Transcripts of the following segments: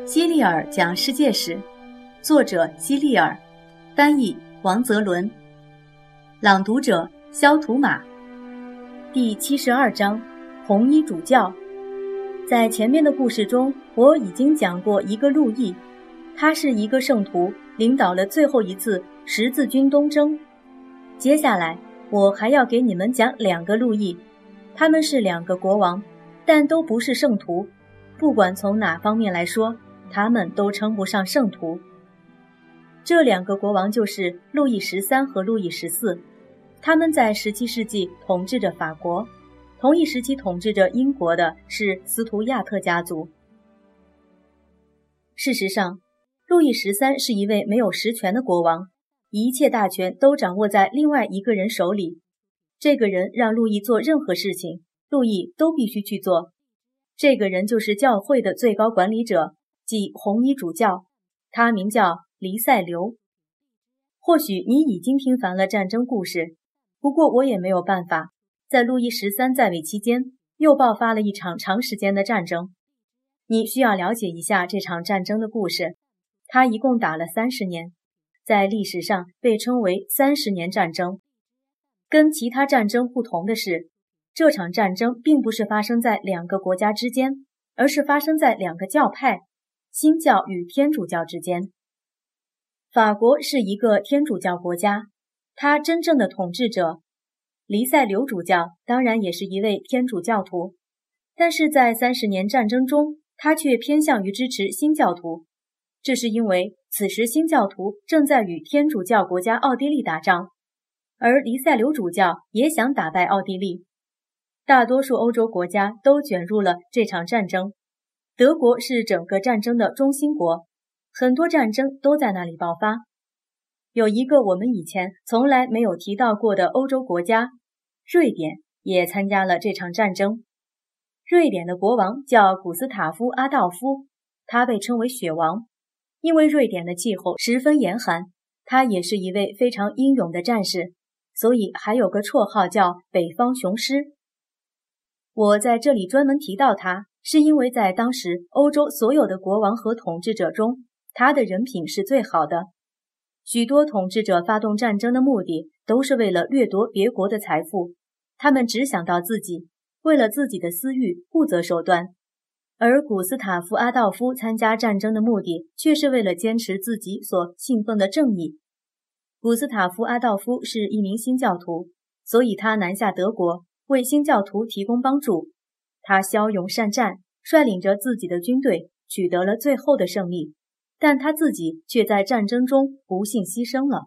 希利尔讲世界史，作者希利尔，翻译王泽伦，朗读者肖图马。第72章，红衣主教。在前面的故事中，我已经讲过一个路易，他是一个圣徒，领导了最后一次十字军东征。接下来我还要给你们讲两个路易，他们是两个国王，但都不是圣徒，不管从哪方面来说，他们都称不上圣徒。这两个国王就是路易13和路易14，他们在17世纪统治着法国，同一时期统治着英国的是斯图亚特家族。事实上，路易13是一位没有实权的国王，一切大权都掌握在另外一个人手里。这个人让路易做任何事情，路易都必须去做。这个人就是教会的最高管理者，即红衣主教，他名叫黎塞留。或许你已经听烦了战争故事，不过我也没有办法。在路易13在位期间，又爆发了一场长时间的战争。你需要了解一下这场战争的故事。它一共打了30年，在历史上被称为30年战争。跟其他战争不同的是，这场战争并不是发生在两个国家之间，而是发生在两个教派，新教与天主教之间。法国是一个天主教国家，它真正的统治者黎塞留主教当然也是一位天主教徒，但是在30年战争中，他却偏向于支持新教徒。这是因为此时新教徒正在与天主教国家奥地利打仗，而黎塞留主教也想打败奥地利。大多数欧洲国家都卷入了这场战争，德国是整个战争的中心国，很多战争都在那里爆发。有一个我们以前从来没有提到过的欧洲国家，瑞典也参加了这场战争。瑞典的国王叫古斯塔夫·阿道夫，他被称为雪王，因为瑞典的气候十分严寒，他也是一位非常英勇的战士，所以还有个绰号叫北方雄狮。我在这里专门提到他，是因为在当时欧洲所有的国王和统治者中，他的人品是最好的。许多统治者发动战争的目的都是为了掠夺别国的财富，他们只想到自己，为了自己的私欲不择手段。而古斯塔夫·阿道夫参加战争的目的却是为了坚持自己所信奉的正义。古斯塔夫·阿道夫是一名新教徒，所以他南下德国，为新教徒提供帮助。他骁勇善战，率领着自己的军队取得了最后的胜利，但他自己却在战争中不幸牺牲了。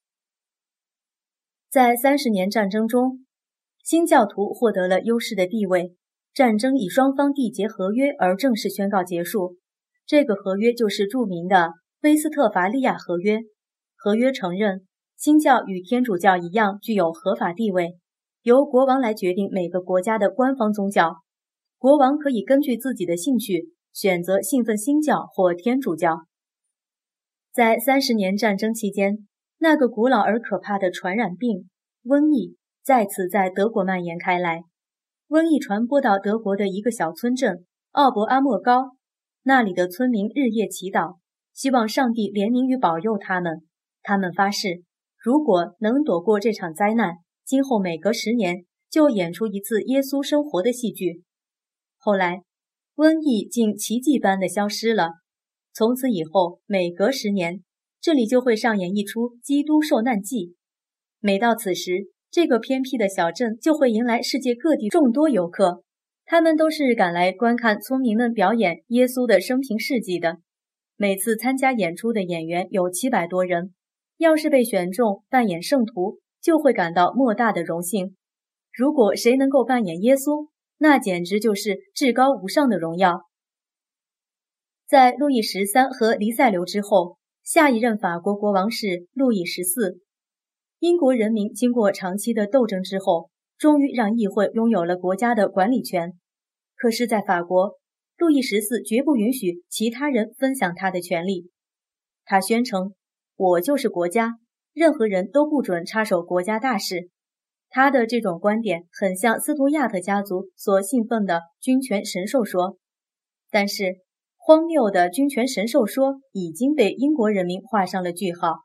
在30年战争中，新教徒获得了优势的地位，战争以双方缔结合约而正式宣告结束。这个合约就是著名的威斯特伐利亚合约。合约承认新教与天主教一样具有合法地位，由国王来决定每个国家的官方宗教。国王可以根据自己的兴趣选择信奉新教或天主教。在30年战争期间，那个古老而可怕的传染病瘟疫再次在德国蔓延开来。瘟疫传播到德国的一个小村镇奥伯阿莫高，那里的村民日夜祈祷，希望上帝怜悯与保佑他们。他们发誓，如果能躲过这场灾难，今后每隔10年就演出一次耶稣生活的戏剧。后来，瘟疫竟奇迹般的消失了。从此以后，每隔10年，这里就会上演一出基督受难记。每到此时，这个偏僻的小镇就会迎来世界各地众多游客，他们都是赶来观看村民们表演耶稣的生平事迹的。每次参加演出的演员有700多人，要是被选中扮演圣徒，就会感到莫大的荣幸。如果谁能够扮演耶稣，那简直就是至高无上的荣耀。在路易13和黎塞留之后，下一任法国国王是路易14。英国人民经过长期的斗争之后，终于让议会拥有了国家的管理权。可是在法国，路易14绝不允许其他人分享他的权利。他宣称，我就是国家，任何人都不准插手国家大事。他的这种观点很像斯图亚特家族所信奉的君权神授说。但是荒谬的君权神授说已经被英国人民画上了句号。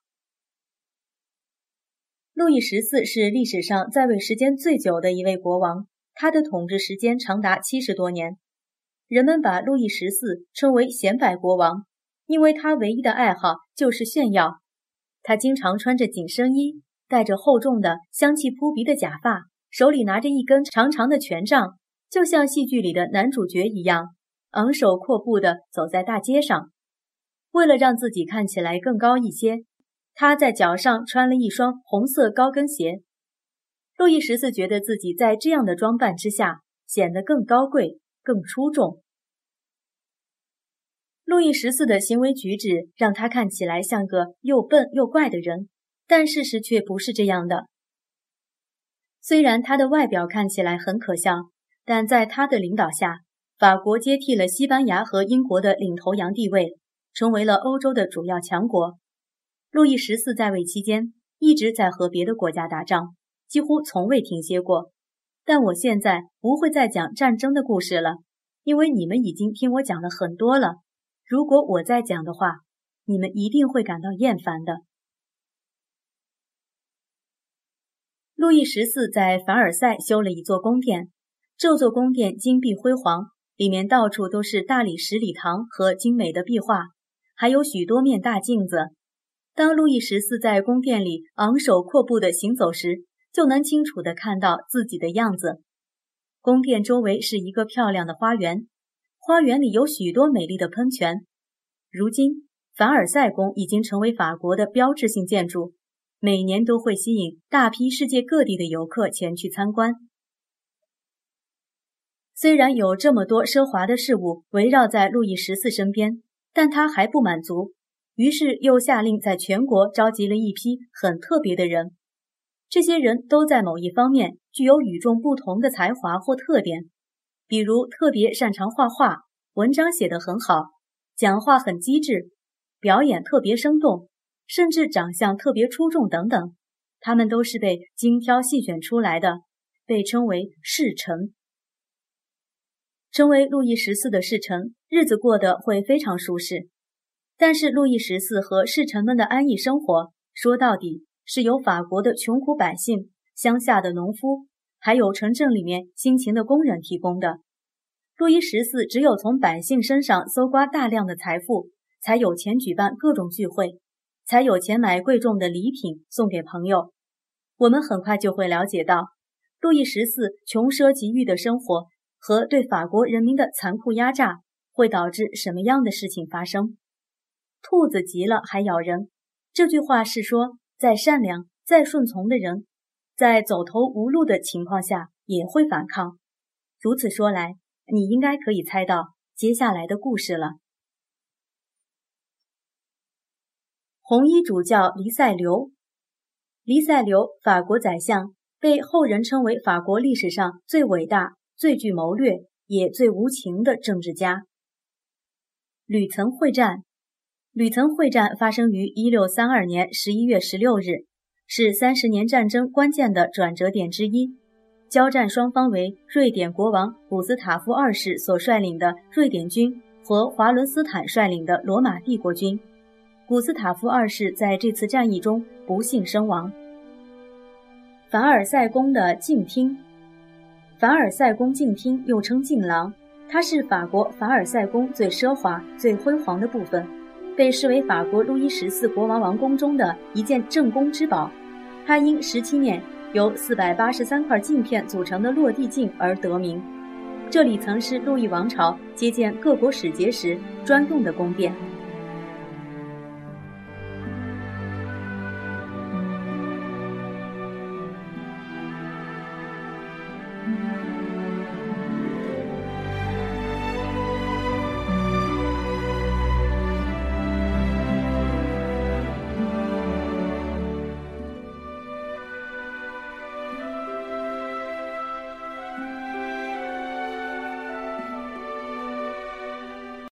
路易14是历史上在位时间最久的一位国王，他的统治时间长达70多年。人们把路易14称为显摆国王，因为他唯一的爱好就是炫耀。他经常穿着紧身衣，戴着厚重的香气扑鼻的假发，手里拿着一根长长的权杖，就像戏剧里的男主角一样，昂首阔步地走在大街上。为了让自己看起来更高一些，他在脚上穿了一双红色高跟鞋。路易14觉得自己在这样的装扮之下显得更高贵、更出众。路易14的行为举止让他看起来像个又笨又怪的人，但事实却不是这样的。虽然他的外表看起来很可笑，但在他的领导下，法国接替了西班牙和英国的领头羊地位，成为了欧洲的主要强国。路易14在位期间一直在和别的国家打仗，几乎从未停歇过。但我现在不会再讲战争的故事了，因为你们已经听我讲了很多了。如果我再讲的话，你们一定会感到厌烦的。路易14在凡尔赛修了一座宫殿，这座宫殿金碧辉煌，里面到处都是大理石礼堂和精美的壁画，还有许多面大镜子。当路易14在宫殿里昂首阔步地行走时，就能清楚地看到自己的样子。宫殿周围是一个漂亮的花园，花园里有许多美丽的喷泉。如今，凡尔赛宫已经成为法国的标志性建筑，每年都会吸引大批世界各地的游客前去参观。虽然有这么多奢华的事物围绕在路易14身边，但他还不满足，于是又下令在全国召集了一批很特别的人。这些人都在某一方面具有与众不同的才华或特点，比如特别擅长画画，文章写得很好，讲话很机智，表演特别生动，甚至长相特别出众等等。他们都是被精挑细选出来的，被称为侍臣。成为路易14的侍臣，日子过得会非常舒适。但是路易14和侍臣们的安逸生活，说到底是由法国的穷苦百姓、乡下的农夫，还有城镇里面辛勤的工人提供的。路易14只有从百姓身上搜刮大量的财富，才有钱举办各种聚会，才有钱买贵重的礼品送给朋友。我们很快就会了解到，路易14穷奢极欲的生活和对法国人民的残酷压榨会导致什么样的事情发生。兔子急了还咬人，这句话是说，再善良、再顺从的人，在走投无路的情况下也会反抗。如此说来，你应该可以猜到接下来的故事了。红衣主教黎塞留。黎塞留，法国宰相，被后人称为法国历史上最伟大、最具谋略也最无情的政治家。吕岑会战。吕岑会战发生于1632年11月16日，是30年战争关键的转折点之一。交战双方为瑞典国王古斯塔夫二世所率领的瑞典军和华伦斯坦率领的罗马帝国军。古斯塔夫二世在这次战役中不幸身亡。凡尔赛宫的镜厅。凡尔赛宫镜厅又称镜廊，它是法国凡尔赛宫最奢华、最辉煌的部分，被视为法国路易14国王王宫中的一件镇宫之宝。它因17面由483块镜片组成的落地镜而得名。这里曾是路易王朝接见各国使节时专用的宫殿。